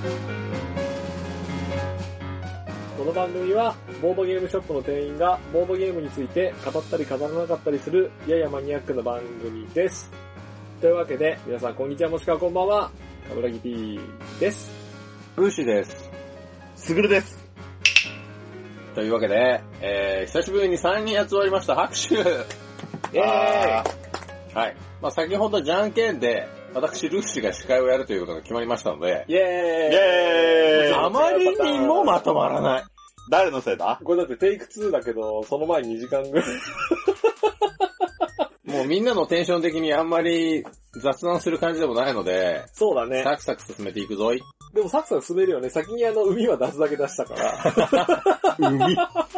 この番組はボードゲームショップの店員がボードゲームについて語ったり語らなかったりするややマニアックな番組です。というわけで皆さんこんにちはもしくはこんばんは。カブラギ P です。 ルーシーです。 スグルです。 というわけで、久しぶりに3人集まりました。拍手。イェーイ。はい。まあ先ほどじゃんけんで私ルーシーが司会をやるということが決まりましたので、 イェーイ。 イェーイ。 あまりにもまとまらない。 誰のせいだ？ これだってテイク2だけど、その前に2時間ぐらい。 もうみんなのテンション的にあんまり雑談する感じでもないので、 そうだね。 サクサク進めていくぞい。 でもサクサク進めるよね。先に海は出すだけ出したから。 海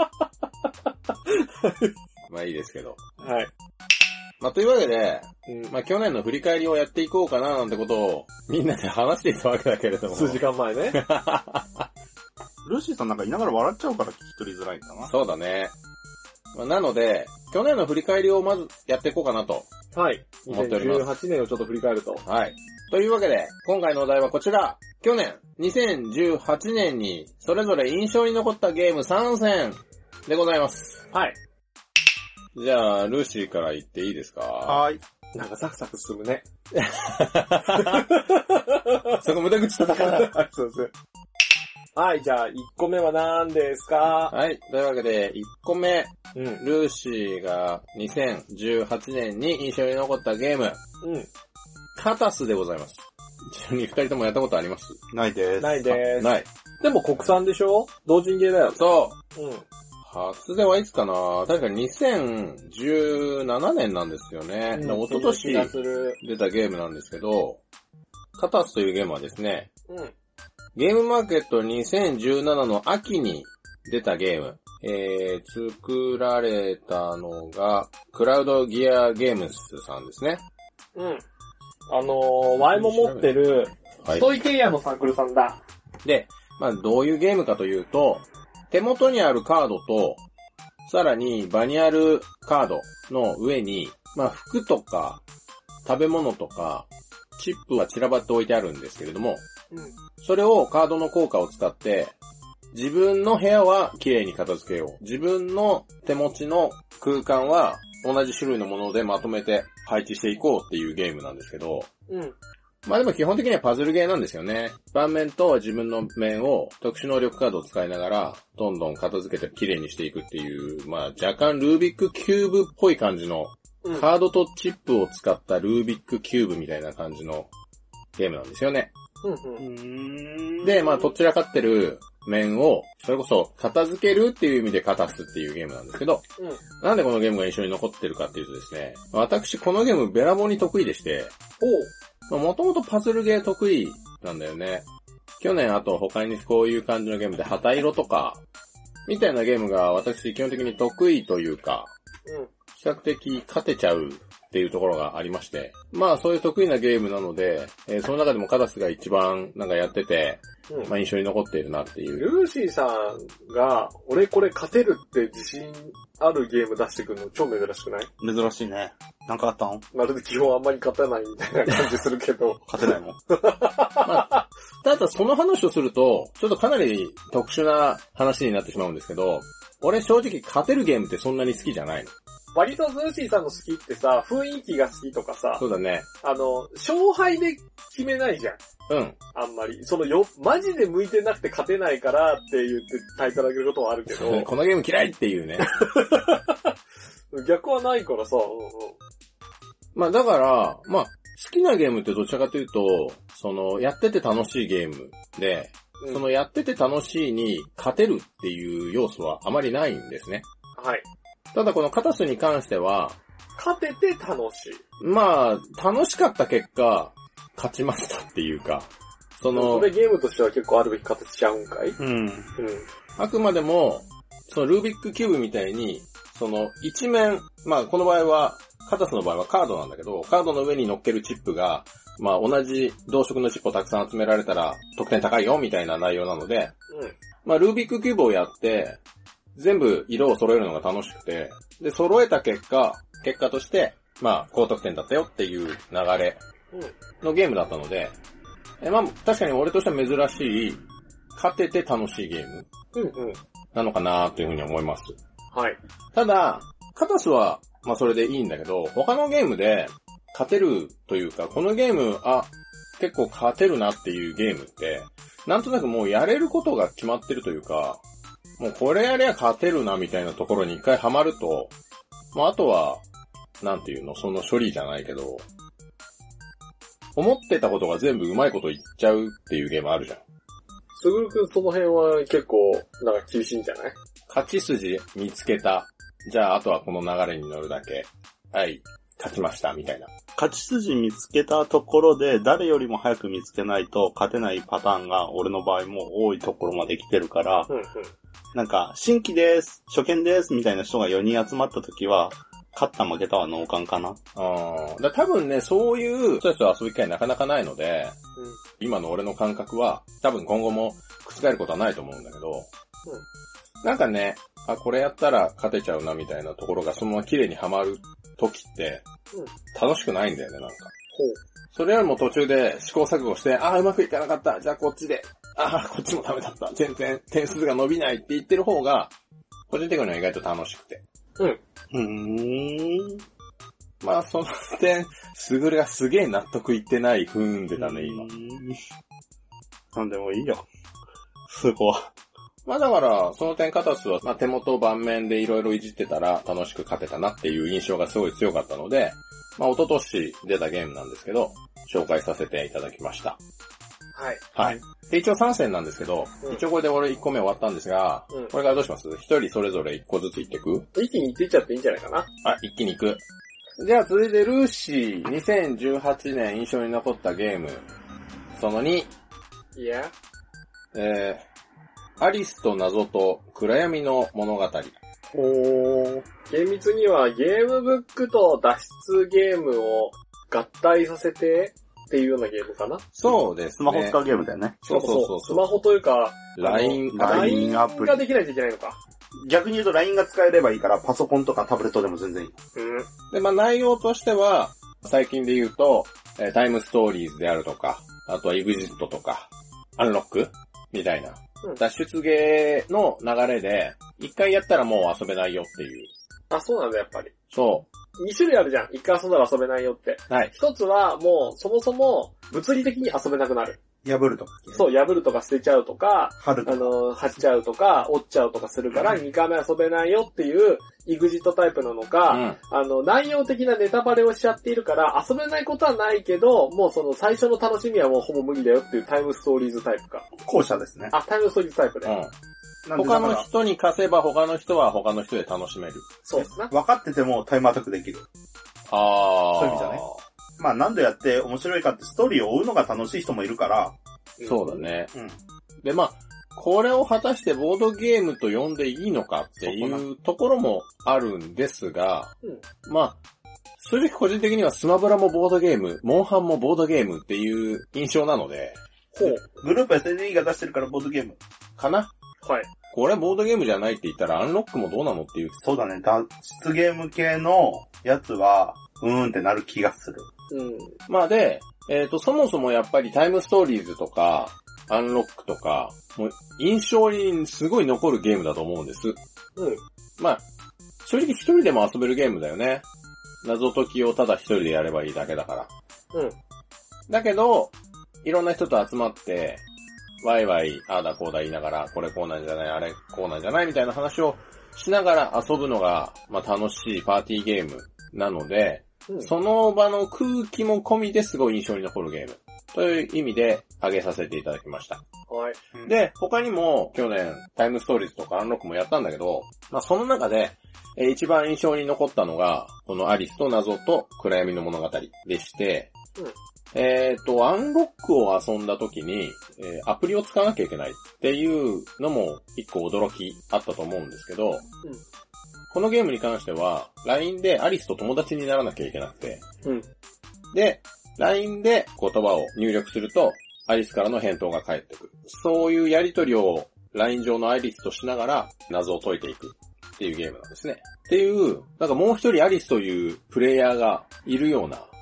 まあいいですけど。 はい。 まあというわけで、まあ去年の振り返りをやっていこうかななんてことをみんなで話していたわけだけれども。 数時間前ね。 ルーシーさんなんかいながら笑っちゃうから聞き取りづらいんだな。 そうだね。まあ、なので、去年の振り返りをまずやっていこうかなと。 はい。 思っております。 2018年をちょっと振り返ると。 はい。というわけで、今回のお題はこちら。去年、2018年にそれぞれ印象に残ったゲーム3選でございます。 はい。 じゃあ、ルーシーから言っていいですか？ はーい。 なんかサクサク進むね。 そこ無駄口叩かない。 そうです。はい、じゃあ1個目は何ですか？ はい。というわけで、1個目。 うん。 ルーシーが2018年に印象に残ったゲーム。 うん。 カタスでございます。ちなみに2人ともやったことあります？ ないです。 ないでーす。 ない。 でも国産でしょ？同人ゲーだよ。 そう。 うん。 初出はいつかな？確か2017年なんですよね。 うん、 一昨年気がする。 出たゲームなんですけど、カタスというゲームはですね、 うん。 ゲームマーケット2017の秋に出たゲーム。作られたのが、クラウドギアゲームスさんですね。 うん。前も持ってる、 はいストイケイヤのサークルさんだ。 で、まあどういうゲームかというと、手元にあるカードと、さらに場にあるカードの上に、まあ服とか食べ物とかチップは散らばって置いてあるんですけれども、 うん。 それをカードの効果を使って自分の部屋は綺麗に片付けよう。自分の手持ちの空間は同じ種類のものでまとめて配置していこうっていうゲームなんですけど、 うん。 まあでも基本的にはパズルゲーなんですよね。盤面と自分の面を特殊能力カードを使いながらどんどん片付けて綺麗にしていくっていう、まあ若干ルービックキューブっぽい感じの、カードとチップを使ったルービックキューブみたいな感じのゲームなんですよね。で、まあどちらかってる面を、それこそ片付けるっていう意味でカタスっていうゲームなんですけど、なんでこのゲームが印象に残ってるかっていうとですね、私このゲームべらぼうに得意でして、もともとパズルゲー得意なんだよね。去年あと他にこういう感じのゲームで旗色とか、みたいなゲームが私基本的に得意というか、比較的勝てちゃうっていうところがありまして。まあそういう得意なゲームなので、その中でもカタスが一番なんかやってて、まあ印象に残っているなっていう。 ルーシーさんが、俺これ勝てるって自信あるゲーム出してくるの超珍しくない？ 珍しいね。なんかあったの？ まるで基本あんまり勝てないみたいな感じするけど。 勝てないもん。 まあ、ただその話をすると、ちょっとかなり特殊な話になってしまうんですけど、俺正直勝てるゲームってそんなに好きじゃないの。 割とルーシーさんの好きってさ、雰囲気が好きとかさ、 そうだね。 勝敗で決めないじゃん。 うん。 あんまり。マジで向いてなくて勝てないからって言ってタイトル上げることはあるけど。 このゲーム嫌いっていうね。 逆はないからさ。 まあだから、まあ好きなゲームってどちらかというと、やってて楽しいゲームで、やってて楽しいに勝てるっていう要素はあまりないんですね。 はい。 ただこのカタスに関しては、 勝てて楽しい。 まあ、楽しかった結果、勝ちましたっていうか、 それゲームとしては結構あるべき形ちゃうんかい？ あくまでも、ルービックキューブみたいに、一面、まあこの場合は、カタスの場合はカードなんだけど、カードの上に乗っけるチップが、まあ同じ同色のチップをたくさん集められたら得点高いよみたいな内容なので、まあルービックキューブをやって、全部色を揃えるのが楽しくて、で、揃えた結果として、まあ高得点だったよっていう流れのゲームだったので、 まあ、確かに俺としては珍しい、勝てて楽しいゲームなのかなというふうに思います。 はい。 ただ、カタスは、まあそれでいいんだけど、他のゲームで勝てるというか、このゲーム、結構勝てるなっていうゲームって、なんとなくもうやれることが決まってるというか、もうこれやりゃ勝てるなみたいなところに一回ハマると、まああとは、なんていうの、その処理じゃないけど、思ってたことが全部うまいこと言っちゃうっていうゲームあるじゃん。 すぐるくんその辺は結構、なんか厳しいんじゃない？ 勝ち筋見つけた。じゃああとはこの流れに乗るだけ。はい、勝ちました、みたいな。 勝ち筋見つけたところで、誰よりも早く見つけないと勝てないパターンが、俺の場合も多いところまで来てるから、なんか、新規です、初見です、みたいな人が4人集まった時は、勝った負けたはノーカンかな。 多分ね、そういう人たちと遊ぶ機会なかなかないので、今の俺の感覚は、多分今後も覆ることはないと思うんだけど、なんかね、これやったら勝てちゃうなみたいなところがそのまま綺麗にはまる時って、楽しくないんだよね、なんか。それよりも途中で試行錯誤して、うまくいかなかった、じゃあこっちで、こっちもダメだった、全然点数が伸びないって言ってる方が、個人的には意外と楽しくて。まあその点、すぐるがすげえ納得いってないでたね、今。 なんでもいいよ。すごい。 まあだから、その点カタスは、まあ手元盤面でいろいろいじってたら楽しく勝てたなっていう印象がすごい強かったので、まあ一昨年出たゲームなんですけど、紹介させていただきました。はい。で、一応3戦なんですけど、一応これで俺1個目終わったんですが、これからどうします？一人それぞれ1個ずついっていく？ 一気にいっていっちゃっていいんじゃないかな。 一気にいく。じゃあ続いてルーシー、2018年印象に残ったゲーム、その2。 いや。 アリスと謎と暗闇の物語。 厳密にはゲームブックと脱出ゲームを合体させてっていうようなゲームかな？ そうですね。 スマホ使うゲームだよね。 そう。 スマホというか、 LINE アプリができないといけないのか。 逆に言うと LINE が使えればいいから、パソコンとかタブレットでも全然いい。 で、まあ内容としては、最近で言うと、タイムストーリーズであるとか、あとは EXIT とか、アンロックみたいな。脱出ゲーの流れで、一回やったらもう遊べないよっていう。 そうなんだ、やっぱり。 そう。 2種類あるじゃん。一回遊んだら遊べないよって。 はい。 一つはもう、そもそも物理的に遊べなくなる。 破るとか。 そう、破るとか捨てちゃうとか、 貼るとか。 貼っちゃうとか、折っちゃうとかするから、2回目遊べないよっていう、EXIT タイプなのか、内容的なネタバレをしちゃっているから、遊べないことはないけど、もうその最初の楽しみはもうほぼ無理だよっていうタイムストーリーズタイプか。 後者ですね。 タイムストーリーズタイプで。 他の人に貸せば他の人は他の人で楽しめる。 そうですね。 分かっててもタイムアタックできる。そういう意味じゃね。まあ何度やって面白いかってストーリーを追うのが楽しい人もいるから。 そうだね。で、まあ、これを果たしてボードゲームと呼んでいいのかっていうところもあるんですが、まあ、正直個人的にはスマブラもボードゲーム、モンハンもボードゲームっていう印象なので。 グループ SNE が出してるからボードゲーム。 かな？ はい。 これボードゲームじゃないって言ったらアンロックもどうなのっていう。 そうだね。脱出ゲーム系のやつは、ってなる気がする。 まあで、そもそもやっぱりタイムストーリーズとか、アンロックとか、もう印象にすごい残るゲームだと思うんです。まあ、正直一人でも遊べるゲームだよね。謎解きをただ一人でやればいいだけだから。だけど、いろんな人と集まって、ワイワイ、ああだこうだ言いながら、これこうなんじゃない、あれこうなんじゃないみたいな話をしながら遊ぶのが、まあ楽しいパーティーゲームなので、その場の空気も込みですごい印象に残るゲーム。という意味で挙げさせていただきました。で、他にも去年タイムストーリーズとかアンロックもやったんだけど、まあその中で、一番印象に残ったのが、このアリスと謎と暗闇の物語でして、アンロックを遊んだ時に、アプリを使わなきゃいけないっていうのも一個驚きあったと思うんですけど、このゲームに関しては、LINE でアリスと友達にならなきゃいけなくて、で、LINE で言葉を入力すると、アリスからの返答が返ってくる。そういうやりとりを LINE 上のアリスとしながら謎を解いていくっていうゲームなんですね。っていう、なんかもう一人アリスというプレイヤーがいるような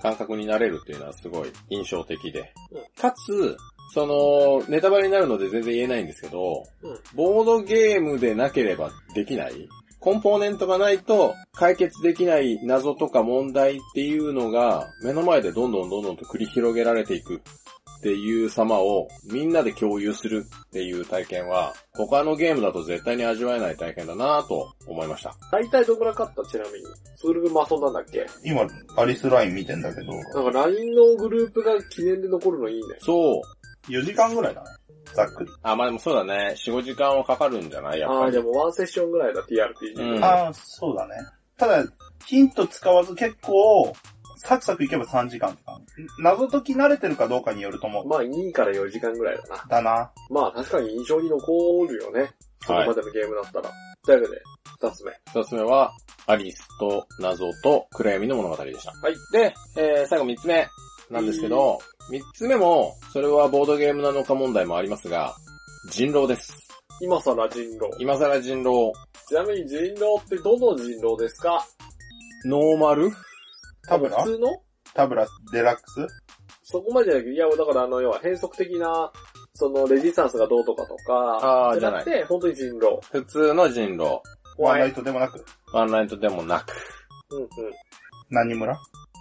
感覚になれるっていうのはすごい印象的で。かつ、その、ネタバレになるので全然言えないんですけど、ボードゲームでなければできないコンポーネントがないと解決できない謎とか問題っていうのが目の前でどんどんと繰り広げられていくっていう様をみんなで共有するっていう体験は他のゲームだと絶対に味わえない体験だなぁと思いました。 大体どこらかったちなみに。ツールも遊んだんだっけ？ 今、アリスライン見てんだけど。 なんか LINE のグループが記念で残るのいいね。 そう。 4時間ぐらいだね。ざっくり。 まあでもそうだね。4、5時間はかかるんじゃないやっぱり。 でもワンセッションぐらいだ、TRPG。 そうだね。ただ、ヒント使わず結構、サクサクいけば3時間とか。謎解き慣れてるかどうかによると思う。 まあ2から4時間ぐらいだな。 だな。 まあ確かに印象に残るよね。そこまでのゲームだったら。というわけで、2つ目。 2つ目は、アリスと謎と暗闇の物語でした。 はい。 で、最後3つ目なんですけど、3つ目も、それはボードゲームなのか問題もありますが、人狼です。 今更人狼。 今更人狼。 ちなみに人狼ってどの人狼ですか？ ノーマル？ タブラ？ 普通の？ タブラデラックス？ そこまでじゃなくて、いや、だから要は変則的な、そのレジスタンスがどうとかとか、じゃなくて、本当に人狼。 普通の人狼。 ワンライトでもなく。 ワンライトでもなく。 うんうん。 何村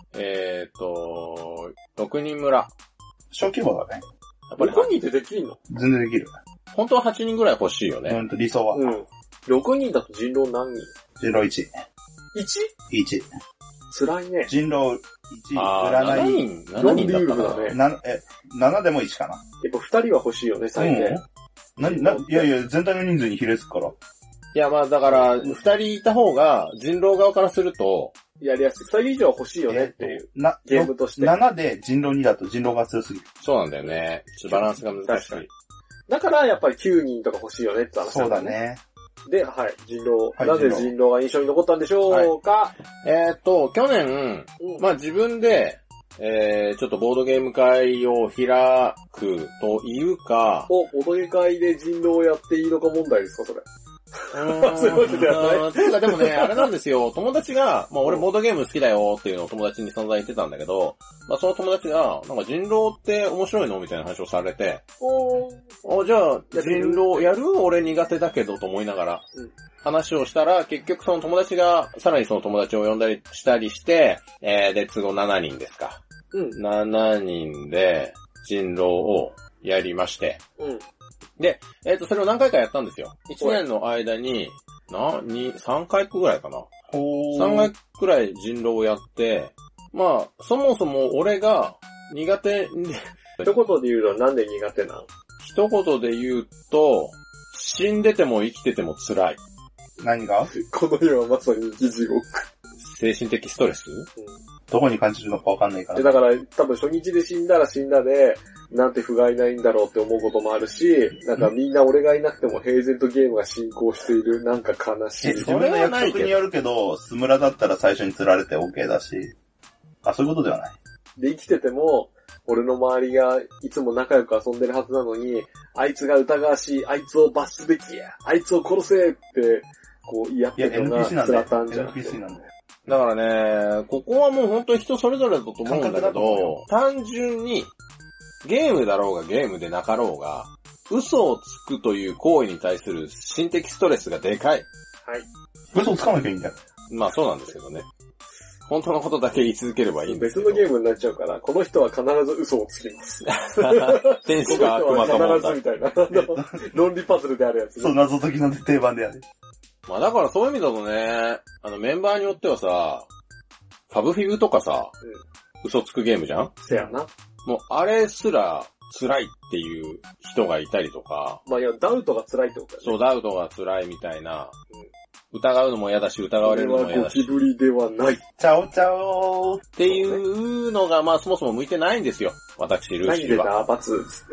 6人村。 小規模だね。 やっぱり 6人ってできんの？ 全然できる。 本当は8人ぐらい欲しいよね。 理想は。 6人だと人狼何人？ 人狼 1。1。辛いね。 人狼1、 占い。7人だったかな。7でも1かな。 やっぱ2人は欲しいよね、最低。 いやいや、全体の人数に比例するから。 いや、まあだから、2人いた方が、人狼側からすると、 やりやすい。2人以上欲しいよねっていう。ゲームとして。 7で人狼2だと人狼が強すぎる。 そうなんだよね。バランスが難しい。 だからやっぱり9人とか欲しいよねって話、ね。 そうだね。 で、はい、人狼。なぜ人狼が印象に残ったんでしょうか？ 去年、まあ自分で、ちょっとボードゲーム会を開くというか、 ボードゲーム会で人狼をやっていいのか問題ですか、それ。そういうわけではない。 ていうかでもね、あれなんですよ、友達が、まあ俺ボードゲーム好きだよっていうのを友達に散々言ってたんだけど、まあその友達が、なんか人狼って面白いのみたいな話をされて、じゃあ人狼やる？俺苦手だけどと思いながら、話をしたら、結局その友達が、さらにその友達を呼んだりしたりして、で、都合7人ですか。7人で人狼をやりまして、で、それを何回かやったんですよ。1年の間に、3回ぐらいかな。3回くらい人狼をやって、まあ、そもそも俺が苦手で、 一言で言うとなんで苦手なの？ 一言で言うと、死んでても生きてても辛い。 何が？ この世はまさに地獄。 精神的ストレス？ どこに感じるのかわかんないから。 だから多分初日で死んだら死んだで、なんて不甲斐ないんだろうって思うこともあるし、なんかみんな俺がいなくても平然とゲームが進行している、なんか悲しい。 自分の役職によるけど、スムラだったら最初に釣られて OK だし。そういうことではない。 で、生きてても、俺の周りがいつも仲良く遊んでるはずなのに、あいつが疑わしい、あいつを罰すべきや、あいつを殺せって、こう言い合ってるのがスラタンじゃん。 NPC なんだよ。 だからね、ここはもう本当に人それぞれだと思うんだけど、単純に、ゲームだろうがゲームでなかろうが、嘘をつくという行為に対する心的ストレスがでかい。 はい。 嘘をつかなきゃいいんだよ。 まあそうなんですけどね。本当のことだけ言い続ければいいんですけど。 別のゲームになっちゃうから、この人は必ず嘘をつきます。 天使か悪魔か問題。 必ずみたいな。論理パズルであるやつ、ね。 そう、謎解きの定番である。 まあだからそういう意味だとね、メンバーによってはさ、ファブフィグとかさ、嘘つくゲームじゃん？ せやな。 もうあれすら辛いっていう人がいたりとか。 まあいや、ダウトが辛いってことだよね。 そう、ダウトが辛いみたいな。疑うのも嫌だし、疑われるのも嫌だし。 ゴキブリではない。 チャオチャオーっていうのが、まあそもそも向いてないんですよ。私、ルーシーは。 何でダーバツーつって。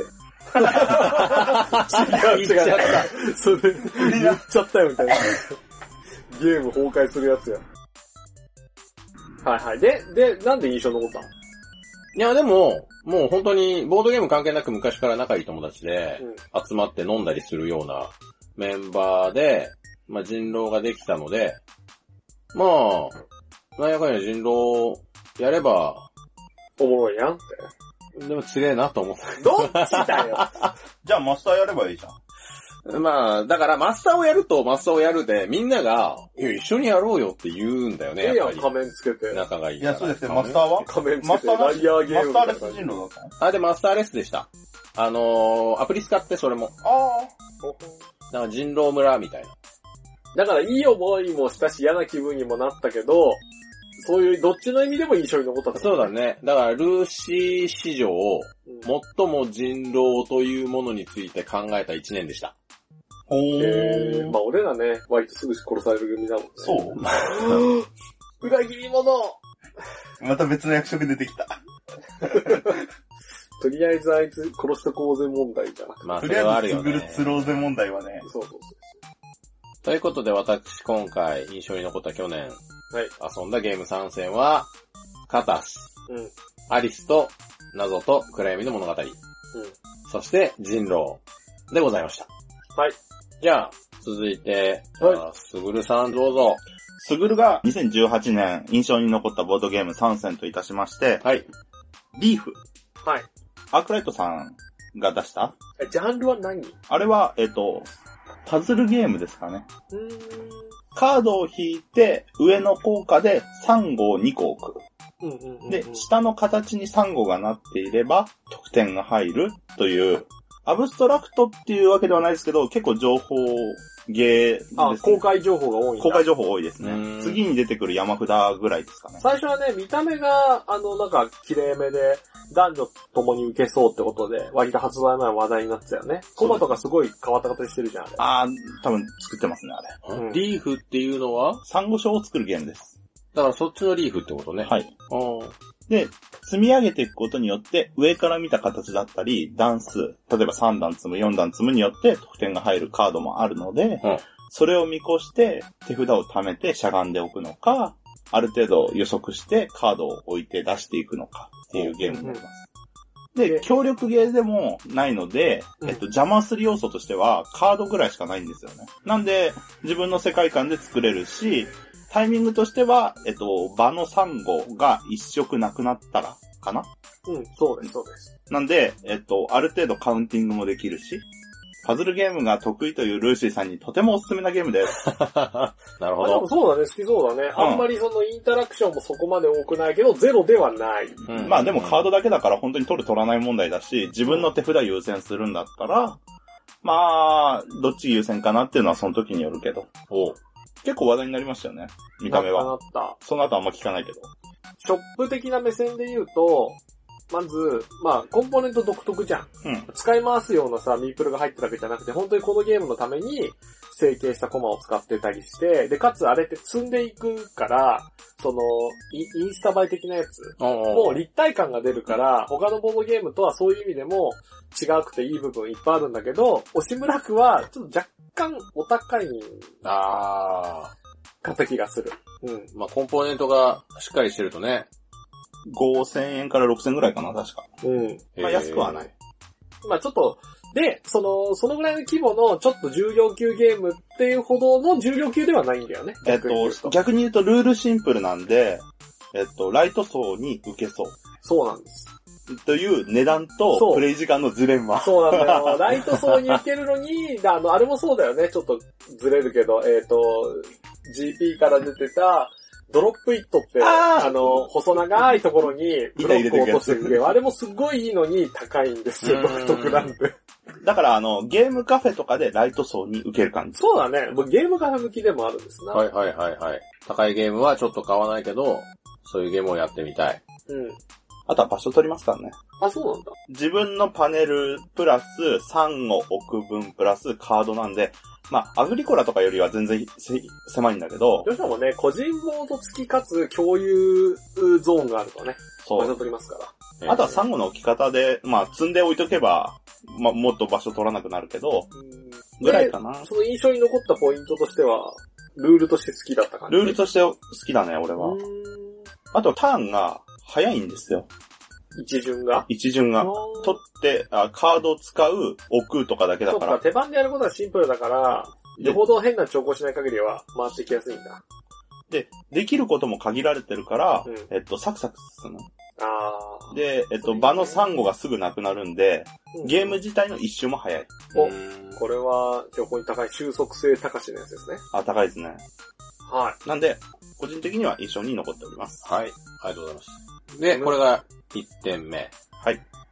違う。 それ、言っちゃったよみたいな。ゲーム崩壊するやつや。はいはい。で、なんで印象残ったの？ いや、でも、もう本当に、ボードゲーム関係なく昔から仲いい友達で、集まって飲んだりするようなメンバーで、まあ人狼ができたので、まあ、なんやかんや人狼やればおもろいやんって。 でも強えなと思った。 どっちだよじゃあマスターやればいいじゃん。 まあ、だからマスターをやるとマスターをやるで、みんなが、いや、一緒にやろうよって言うんだよね、やっぱり。 仮面つけて。 仲がいい。 いや、そうですね、マスターは仮面つけて、ライヤーゲーム。 マスターレス人狼だったの？ で、マスターレスでした。アプリ使ってそれも。なんか人狼村みたいな。 だからいい思いもしたし嫌な気分にもなったけど、そういうどっちの意味でも印象に残った、ね。 そうだね。だからルーシー史上、最も人狼というものについて考えた1年でした。 まあ俺らね、割とすぐ殺される組だもんね。 そう裏切り者また別の役職出てきた。 とりあえずあいつ殺しとこうぜ問題じゃなくて。 まあそれはあるよね。 とりあえずスグルツローゼ問題はね。 そう。 ということで私今回印象に残った去年、 はい、 遊んだゲーム3選は、カタス、アリスと謎と暗闇の物語、そして人狼でございました。 はい。 じゃあ、続いて、すぐるさんどうぞ。 すぐるが2018年印象に残ったボードゲーム3選といたしまして、 はい。 リーフ。 はい。 アークライトさんが出したジャンルは何？あれは、パズルゲームですかね。カードを引いて、上の効果で3号2個置く。で、下の形に3号がなっていれば、得点が入るという、アブストラクトっていうわけではないですけど、結構情報ゲーですね。 公開情報が多いんだ。 公開情報多いですね。次に出てくる山札ぐらいですかね。 最初はね、見た目が、なんか、綺麗めで、男女共に受けそうってことで、割と発売前話題になってたよね。コマとかすごい変わった形してるじゃん、あれ。 多分作ってますね、あれ。リーフっていうのはサンゴ礁を作るゲームです。 だからそっちのリーフってことね。 はい。で、積み上げていくことによって、上から見た形だったり、段数、例えば3段積む、4段積むによって得点が入るカードもあるので、それを見越して手札を貯めてしゃがんでおくのか、ある程度予測してカードを置いて出していくのかっていうゲームになります。で、協力ゲーでもないので、邪魔する要素としてはカードぐらいしかないんですよね。なんで、自分の世界観で作れるし、タイミングとしては、場の3号が一色なくなったら、かな？ そうです。 なんで、ある程度カウンティングもできるし、パズルゲームが得意というルーシーさんにとてもおすすめなゲームです。 なるほど。 でもそうだね、好きそうだね。あんまりそのインタラクションもそこまで多くないけど、ゼロではない。 まあでもカードだけだから本当に取らない問題だし、自分の手札優先するんだったら、まあ、どっち優先かなっていうのはその時によるけど。結構話題になりましたよね。見た目は。 なった。 その後あんま聞かないけど。 ショップ的な目線で言うと、まず、まあ、コンポーネント独特じゃん。使い回すようなさ、ミープルが入ってるわけじゃなくて、本当にこのゲームのために成形したコマを使ってたりして、で、かつあれって積んでいくから、その、インスタ映え的なやつもう立体感が出るから、他のボードゲームとはそういう意味でも違くていい部分いっぱいあるんだけど、押村区はちょっと若干お高いかった気がする。 まあ、コンポーネントがしっかりしてるとね。 5000円から6000円ぐらいかな、確か。まあ安くはない。 まあちょっと、で、そのぐらいの規模のちょっと重量級ゲームっていうほどの重量級ではないんだよね。 逆に言うとルールシンプルなんで、ライト層に受けそう。 そうなんです。 という値段とプレイ時間のズレンマ。 そうなんだよ。ライト層に受けるのに、あれもそうだよね。ちょっとずれるけど、GP から出てた、ドロップイットって、細長いところにブロックを落としてるゲーム。あれもすごいいいのに高いんですよ、独特なんで。 だからゲームカフェとかでライト層に受ける感じ。 そうだね。ゲームカフェ向きでもあるんですな。 はい。高いゲームはちょっと買わないけど、そういうゲームをやってみたい。 あとは場所取りますからね。 そうなんだ。 自分のパネルプラス3を置く分プラスカードなんで、まあ、アグリコラとかよりは全然狭いんだけど。 どうしてもね、個人モード付きかつ共有ゾーンがあるとね、場所取りますから。 あとはサンゴの置き方で、まあ、積んで置いとけば、まあ、もっと場所取らなくなるけど、ぐらいかな。 その印象に残ったポイントとしては、ルールとして好きだった感じ。 ルールとして好きだね、俺は。あと、ターンが早いんですよ。一巡が。取って、カードを使う、置くとかだけだから。 そうか、手番でやることはシンプルだから、よほど変な兆候しない限りは回っていきやすいんだ。 で、できることも限られてるから、サクサク進む。 で、場のサンゴがすぐなくなるんで、ゲーム自体の一周も早い。 これは、標高に高い収束性高しのやつですね。 高いですね。 はい。 なんで、個人的には印象に残っております。 はい。ありがとうございます。で、これが1点目。 はい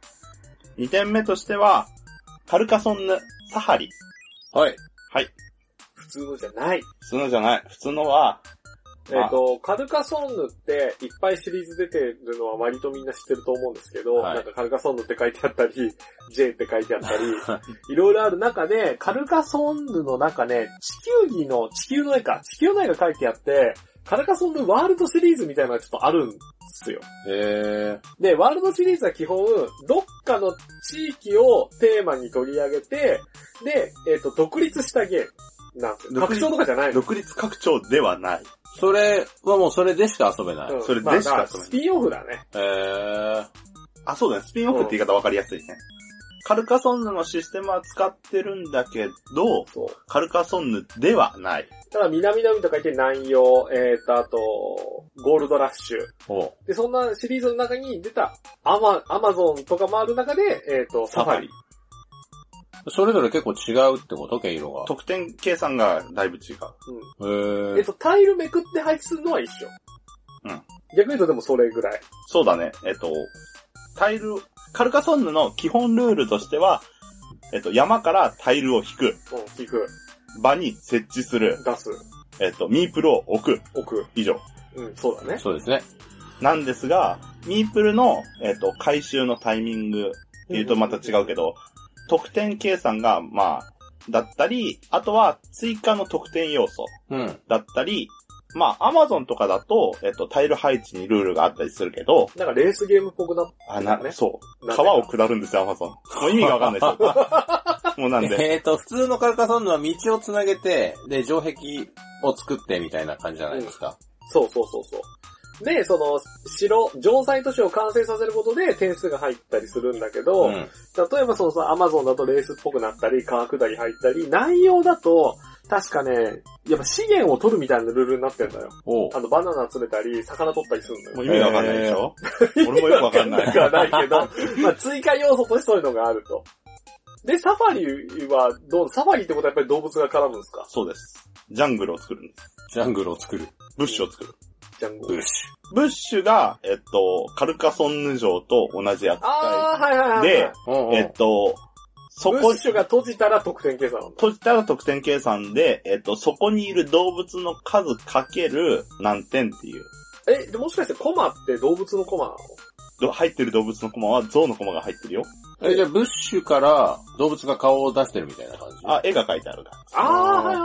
。2点目としては、カルカソンヌ・サハリ。 はい。 はい。 普通のじゃない。 普通のじゃない。普通のは、 カルカソンヌっていっぱいシリーズ出てるのは割とみんな知ってると思うんですけど、はい、なんかカルカソンヌって書いてあったり、J って書いてあったり、いろいろある中で、カルカソンヌの中ね、地球の絵が書いてあって、カルカソンヌワールドシリーズみたいなのがちょっとあるんですよ。で、ワールドシリーズは基本、どっかの地域をテーマに取り上げて、で、独立したゲームなんですよ。拡張とかじゃないの。 独立拡張ではない。 それはもうそれでしか遊べない。 それでしか遊べない。 スピンオフだね。 そうだね。スピンオフって言い方分かりやすいね。カルカソンヌのシステムは使ってるんだけど、カルカソンヌではない。 ただ南の海と書いて南洋、あと、ゴールドラッシュ。で、そんなシリーズの中に出たアマゾンとかもある中で、サファリ。 それぞれ結構違うってこと毛色が。 得点計算がだいぶ違う。タイルめくって配置するのは一緒。逆に言うとでもそれぐらい。 そうだね。タイル、カルカソンヌの基本ルールとしては、山からタイルを引く。 引く。 場に設置する。 出す。 ミープルを置く。以上。 そうだね。 そうですね。 なんですが、ミープルの、回収のタイミングっていうとまた違うけど、得点計算が、だったり、あとは追加の得点要素だったり、アマゾンとかだと、タイル配置にルールがあったりするけど、 なんかレースゲームっぽくなってね。 そう。川を下るんですよ、アマゾン。もう意味がわかんないですよ。もうなんで。 普通のカルカソンヌは道をつなげて、で、城壁を作ってみたいな感じじゃないですか。 そう。で、その、城塞都市を完成させることで点数が入ったりするんだけど、例えばそのさ、アマゾンだとレースっぽくなったり、川下り入ったり、内容だと、確かね、やっぱ資源を取るみたいなルールになってんだよ。バナナ集めたり、魚取ったりするんだよ。 もう意味がわかんないでしょ俺もよくわかんない。 わかんないけど、追加要素としてそういうのがあると。で、サファリはサファリってことはやっぱり動物が絡むんですか？ そうです。ジャングルを作るんです。 ジャングルを作る。 ブッシュを作る。 ブッシュが、カルカソンヌ城と同じ扱い。で、 ブッシュが閉じたら得点計算なんだ。 閉じたら得点計算で、そこにいる動物の数かける何点っていう。 で、もしかしてコマって動物のコマなの？入ってる動物のコマは象のコマが入ってるよ。 じゃあブッシュから動物が顔を出してるみたいな感じ？ 絵が描いてあるから。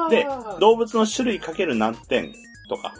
で、動物の種類かける何点とか。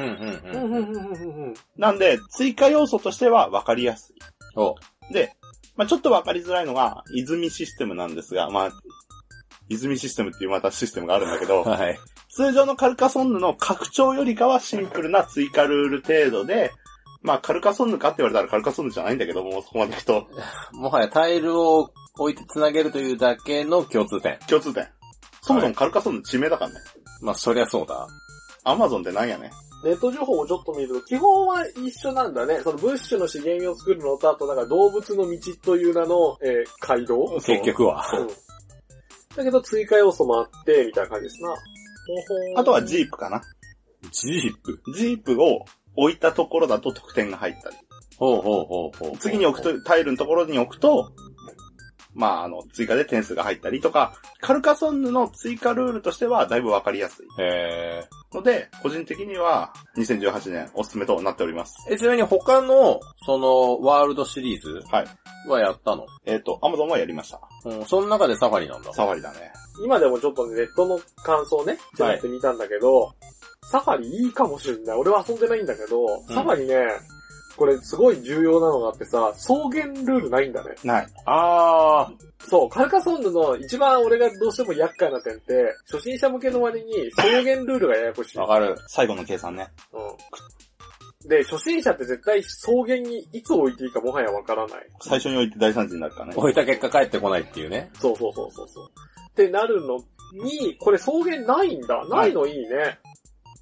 なんで、追加要素としては分かりやすい。で、ちょっと分かりづらいのが、泉システムなんですが、泉システムっていうまたシステムがあるんだけど、 はい、 通常のカルカソンヌの拡張よりかはシンプルな追加ルール程度で、カルカソンヌかって言われたらカルカソンヌじゃないんだけども、そこまで行くと。 もはやタイルを置いて繋げるというだけの共通点。 そもそもカルカソンヌ地名だからね。 そりゃそうだ。 アマゾンってなんやね。 ネット情報をちょっと見ると、基本は一緒なんだね。そのブッシュの資源を作るのと、あと動物の道という名の、街道結局は。 だけど追加要素もあって、みたいな感じですな。 あとはジープかな。 ジープを置いたところだと得点が入ったり。次に置くと、タイルのところに置くと、追加で点数が入ったりとか、カルカソンヌの追加ルールとしてはだいぶわかりやすい。ので、個人的には2018年おすすめとなっております。 ちなみに他の、ワールドシリーズはやったの？ アマゾンはやりました。 その中でサファリなんだ。 サファリだね。 今でもちょっとネットの感想ね、ちょっと見たんだけど、サファリいいかもしれない。俺は遊んでないんだけど、サファリね、これすごい重要なのがあってさ、草原ルールないんだね。 ない。 そう、カルカソンヌの一番俺がどうしても厄介な点って、初心者向けの割に草原ルールがややこしい。 わかる。 最後の計算ね。 で、初心者って絶対草原にいつ置いていいかもはやわからない。 最初に置いて大惨事になるからね。 置いた結果帰ってこないっていうね。 そう。ってなるのに、これ草原ないんだ。ないのいいね。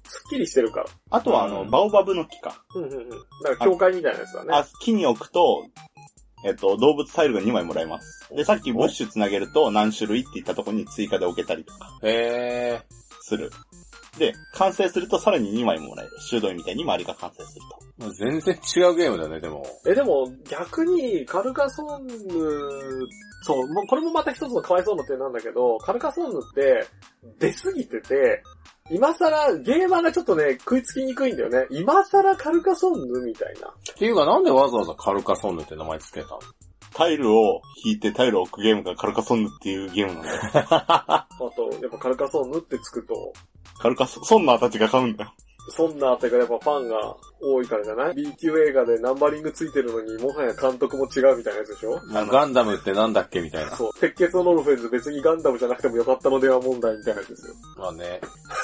すっきりしてるから。 あとはバオバブの木か。 だから教会みたいなやつだね。 木に置くと、動物タイルが2枚もらえます。で、さっきブッシュつなげると何種類って言ったところに追加で置けたりとか。する。で、完成するとさらに2枚もらえる。修道院みたいに周りが完成すると。全然違うゲームだね、でも。 でも、逆に、カルカソンヌ、そう、もうこれもまた一つのかわいそうな点なんだけど、カルカソンヌって出すぎてて、今更、ゲーマーがちょっとね、食いつきにくいんだよね。今更カルカソンヌみたいな。 っていうか、なんでわざわざカルカソンヌって名前つけたの？ タイルを引いてタイルを置くゲームがカルカソンヌっていうゲームなんだよ。 あと、やっぱカルカソンヌってつくと、 カルカソンナーたちが買うんだよ。 そんなってかやっぱファンが多いからじゃない？ B 級映画でナンバリングついてるのにもはや監督も違うみたいなやつでしょ？ ガンダムってなんだっけみたいな。 そう。鉄血のノルフェンズ別にガンダムじゃなくてもよかったのでは問題みたいなやつですよ。 まあね。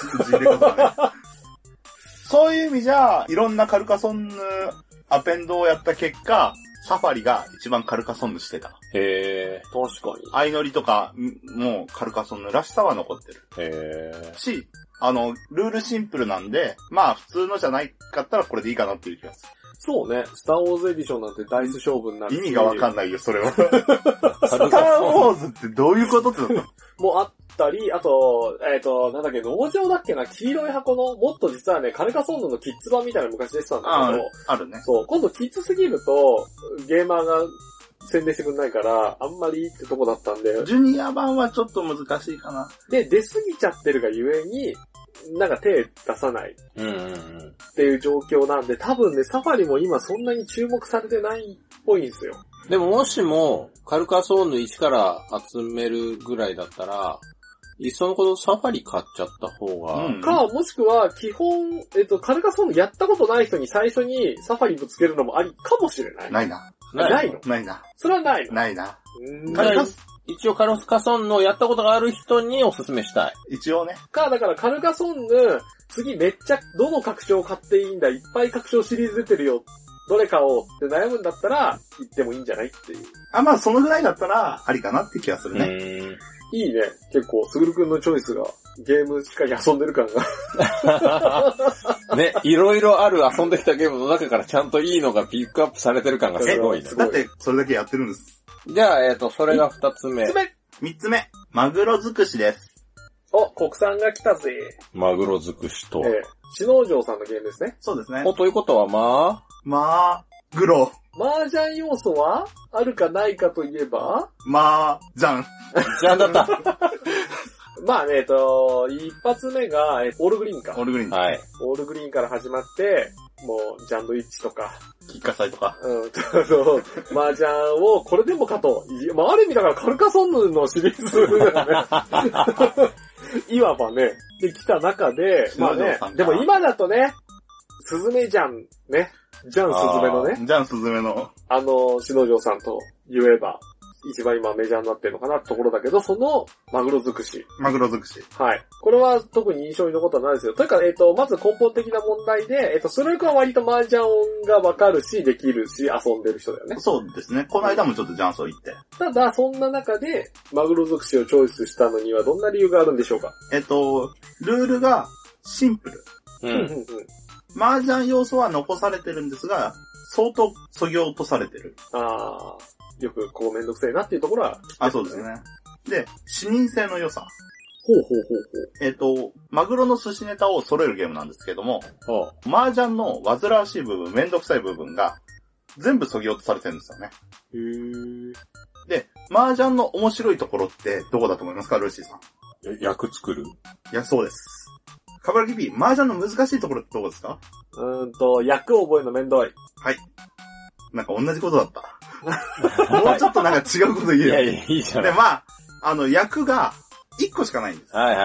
そういう意味じゃ、いろんなカルカソンヌアペンドをやった結果、サファリが一番カルカソンヌしてた。 へー。確かに。 相乗りとか、もうカルカソンヌらしさは残ってる。 へー。 し、ルールシンプルなんで、まあ普通のじゃないかったらこれでいいかなっていう気がする。 そうね。スターウォーズエディションなんてダイス勝負になる。 意味がわかんないよ、それは。スターウォーズってどういうことってもうあったり、あと、なんだっけ、農場だっけな、黄色い箱の、もっと実はね、カルカソンヌのキッズ版みたいなの昔出てたんだけど、 あるね。 そう、今度キッズすぎると、ゲーマーが宣伝してくんないから、あんまりってとこだったんで。 ジュニア版はちょっと難しいかな。 で、出すぎちゃってるがゆえに、なんか手出さないっていう状況なんで、多分ね、サファリも今そんなに注目されてないっぽいんですよ。 でももしも、カルカソンヌ1から集めるぐらいだったら、いっそのことサファリ買っちゃった方が。 か、もしくは、基本、カルカソンヌやったことない人に最初にサファリぶつけるのもありかもしれない。 ないな。 ないの？ ないな。 それはないの？ ないな。 一応カルカソンヌをやったことがある人におすすめしたい。 一応ね。 だからカルカソンヌ、次めっちゃ、どの拡張を買っていいんだ、いっぱい拡張シリーズ出てるよ。どれ買おうって悩むんだったら、行ってもいいんじゃないっていう。 まあそのぐらいだったら、ありかなって気がするね。 いいね。結構、スグルくんのチョイスが、ゲームしっかり遊んでる感が。 ね、いろいろある遊んできたゲームの中からちゃんといいのがピックアップされてる感がすごいね。 だって、それだけやってるんです。 じゃあ、それが2つ目。 3つ目。マグロ尽くしです。 お、国産が来たぜ。 マグロ尽くしと。 篠能城さんのゲームですね。 そうですね。 ということはマグロ。 麻雀要素はあるかないかといえばじゃん。 じゃんだった。 まあね、一発目が、オールグリーンか。 オールグリーン。 はい。 オールグリーンから始まって、もう、ジャンドイッチとか。 キッカサイとか。 麻雀を、これでもかと。まあ、ある意味だからカルカソンヌのシリーズだよね。いわばね、で来た中で、まあね、でも今だとね、スズメジャン、ね。ジャンスズメのね。 ジャンスズメの。 篠能城さんと言えば、一番今メジャーになってるのかなってところだけど、その、マグロ尽くし。 マグロ尽くし。 はい。これは特に印象に残ったのはないですよ。というか、まず根本的な問題で、スルークは割と麻雀がわかるし、できるし、遊んでる人だよね。 そうですね。この間もちょっとジャンスを言って。 ただ、そんな中で、マグロ尽くしをチョイスしたのにはどんな理由があるんでしょうか？ ルールがシンプル。麻雀要素は残されてるんですが、相当削ぎ落とされてる。 よくこうめんどくせえなっていうところは、 そうですね。で、視認性の良さ。 ほう。 マグロの寿司ネタを揃えるゲームなんですけども、麻雀の煩わしい部分、めんどくさい部分が、全部削ぎ落とされてるんですよね。で、麻雀の面白いところってどこだと思いますか、ルーシーさん。 役作る？ いや、そうです。カブラギピー、麻雀の難しいところってどこですか？ 役を覚えるのめんどい。 はい。なんか同じことだった。もうちょっとなんか違うこと言えよ。 いや、いいじゃん。 で、役が1個しかないんです。 はい。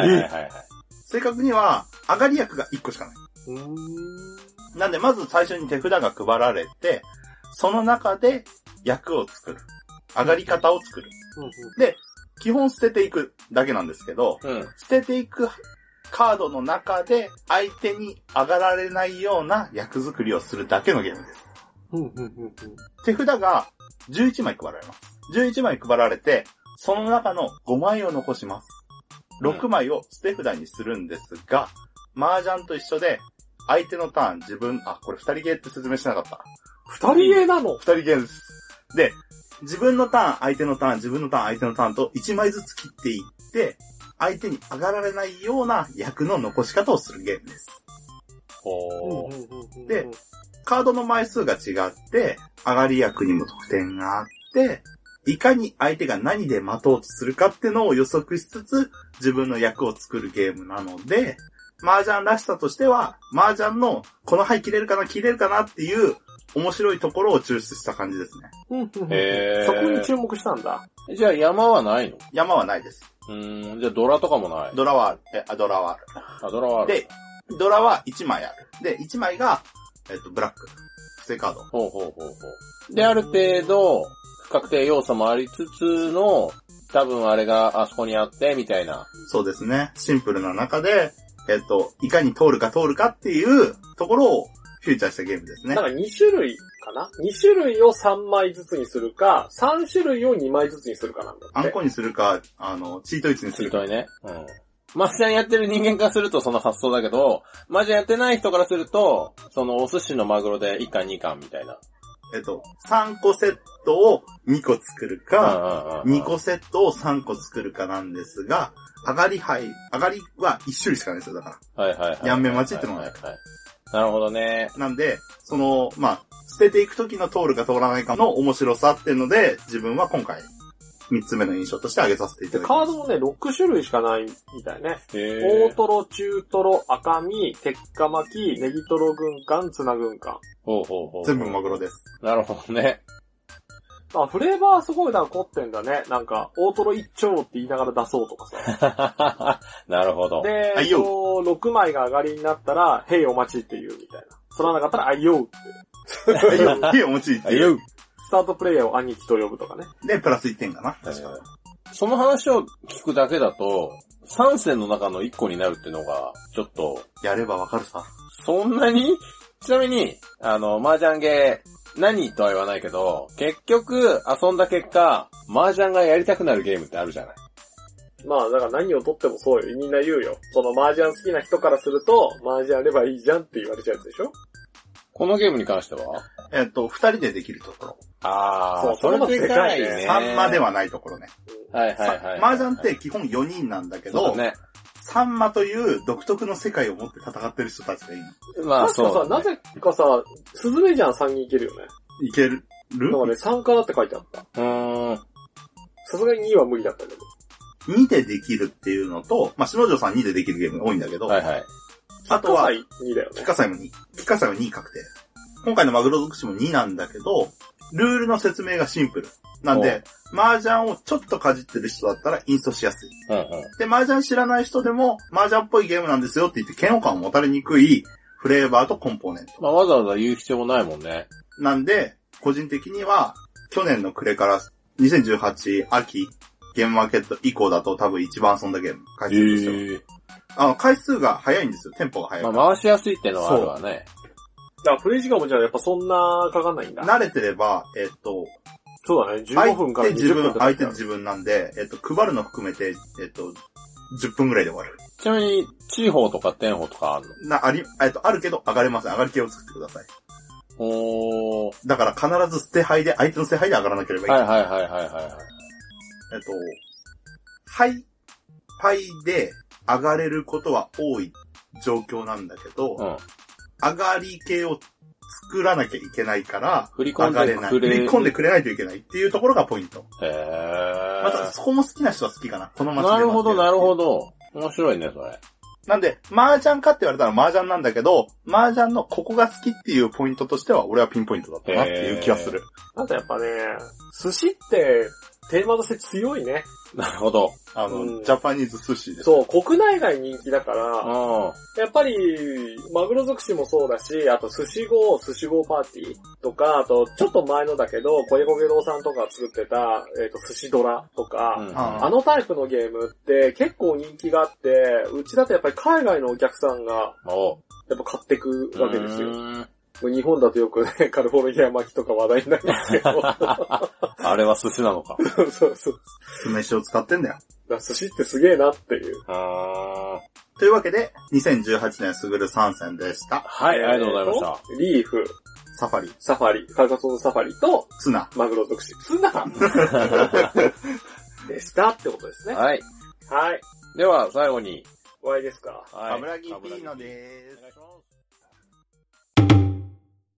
正確には、上がり役が1個しかない。なんで、まず最初に手札が配られて、その中で役を作る。上がり方を作る。で、基本捨てていくだけなんですけど、捨てていくカードの中で相手に上がられないような役作りをするだけのゲームです。手札が11枚配られます。11枚配られて、その中の5枚を残します。6枚を捨て札にするんですが、 麻雀と一緒で、相手のターン、これ二人ゲーって説明しなかった。 二人ゲーなの？ 二人ゲーです。で、自分のターン、相手のターン、自分のターン、相手のターンと1枚ずつ切っていって、相手に上がられないような役の残し方をするゲームです。で、カードの枚数が違って、上がり役にも得点があって、いかに相手が何で待とうとするかってのを予測しつつ、自分の役を作るゲームなので、麻雀らしさとしては、麻雀のこの牌切れるかなっていう面白いところを抽出した感じですね。 そこに注目したんだ。 じゃあ山はないの？ 山はないです。 じゃあドラとかもない？ ドラはある。ドラはある。 ドラはある。 で、ドラは1枚ある。で、1枚が、ブラック。不正カード。 ほう。で、ある程度、不確定要素もありつつの、多分あれがあそこにあって、みたいな。 そうですね。シンプルな中で、いかに通るかっていうところをフューチャーしたゲームですね。 だから2種類かな ?2 種類を3枚ずつにするか、3種類を2枚ずつにするかなんだって。 あんこにするか、チートイツにするか。 チートイね。麻雀やってる人間からするとその発想だけど、麻雀やってない人からすると、そのお寿司のマグロで1貫2貫みたいな。 3個セットを2個作るか、2個セットを3個作るかなんですが、上がりは1種類しかないですよ、だから。 はい。 やんめ待ちってのがない。 なるほどね。 なんで、捨てていく時の通るか通らないかの面白さっていうので、自分は今回、3つ目の印象として挙げさせていただきます。 カードもね、6種類しかないみたいね。大トロ、中トロ、赤身、鉄火巻き、ネギトロ軍艦、ツナ軍艦。 全部マグロです。 なるほどね。 フレーバーすごい凝ってんだね。なんか、大トロ一丁って言いながら出そうとかさ。 なるほど。 で、6枚が上がりになったら、へいお待ちって言うみたいな。そらなかったら、あいようって。 へいお待ちって言う。 スタートプレイヤーを兄貴と呼ぶとかね。 で、プラス1点かな。確かに。 その話を聞くだけだと、3戦の中の1個になるっていうのが、ちょっと。 やればわかるさ。 そんなに？ちなみに、麻雀ゲー、何とは言わないけど、結局、遊んだ結果、麻雀がやりたくなるゲームってあるじゃない。 だから何をとってもそうよ。みんな言うよ。その麻雀好きな人からすると、麻雀やればいいじゃんって言われちゃうやつでしょ？ このゲームに関しては 2人でできるところ。 そう、それもでかいね。 3マではないところね。 はい。 麻雀って基本4人なんだけど、 ね、 3マという独特の世界を持って戦ってる人たちがいる。 そう、ね。なぜかさ、スズメじゃん3人いけるよね。 いける？ だからね、3からって書いてあった。さすがに2は無理だったけど。 2でできるっていうのと、篠城さん2でできるゲームが多いんだけど、あとは、 2だよね。 キカサイも2。キカサイは2確定。今回のマグロ尽くしも2なんだけど、ルールの説明がシンプル。なんで、麻雀をちょっとかじってる人だったらインストしやすい。で、麻雀知らない人でも、麻雀っぽいゲームなんですよって言って嫌悪感を持たれにくいフレーバーとコンポーネント。 わざわざ言う必要もないもんね。 なんで、個人的には、去年の暮れから2018秋、ゲームマーケット以降だと多分一番遊んだゲーム。回数としては。回数が早いんですよ。テンポが早い。 回しやすいってのはあるわね。 だからプレイ時間もじゃあやっぱそんなかかんないんだ。 慣れてれば、 そうだね、15分から20分とか。 相手自分なんで、配るの含めて、10分ぐらいで終わる。 ちなみに、チーホーとかテンホーとかあるの？ あるけど上がれません。上がり系を作ってください。 おー。 だから必ず捨て牌で、相手の捨て牌で上がらなければいけない。 はい。 パイで上がれることは多い状況なんだけど、上がり系を作らなきゃいけないから、 振り込んでくれないといけないっていうところがポイント。またそこも好きな人は好きかな。この街で。 なるほど。面白いね、それ。 なんで、麻雀かって言われたら麻雀なんだけど、麻雀のここが好きっていうポイントとしては、俺はピンポイントだったなっていう気がする。 あとやっぱね、寿司ってテーマとして強いね。 なるほど。 ジャパニーズ寿司です。 そう、国内外人気だから、やっぱり、マグロ尽くしもそうだし、あと寿司号パーティーとか、あと、ちょっと前のだけど、小江戸さんとか作ってた、寿司ドラとか、あのタイプのゲームって結構人気があって、うちだとやっぱり海外のお客さんが、やっぱ買ってくわけですよ。 日本だとよくね、カリフォルニア巻きとか話題になりますけど。 あれは寿司なのか。 そう。 酢飯を使ってんだよ。 寿司ってすげえなっていう。 というわけで、2018年すぐる参戦でした。 はい、ありがとうございました。 リーフ、 サファリ、 カルカソンサファリと、 ツナ、 マグロ尽くし。ツナでしたってことですね。 はい。 はい。 では、最後に。 終わりですか。 はい。 油木ピーノでーす。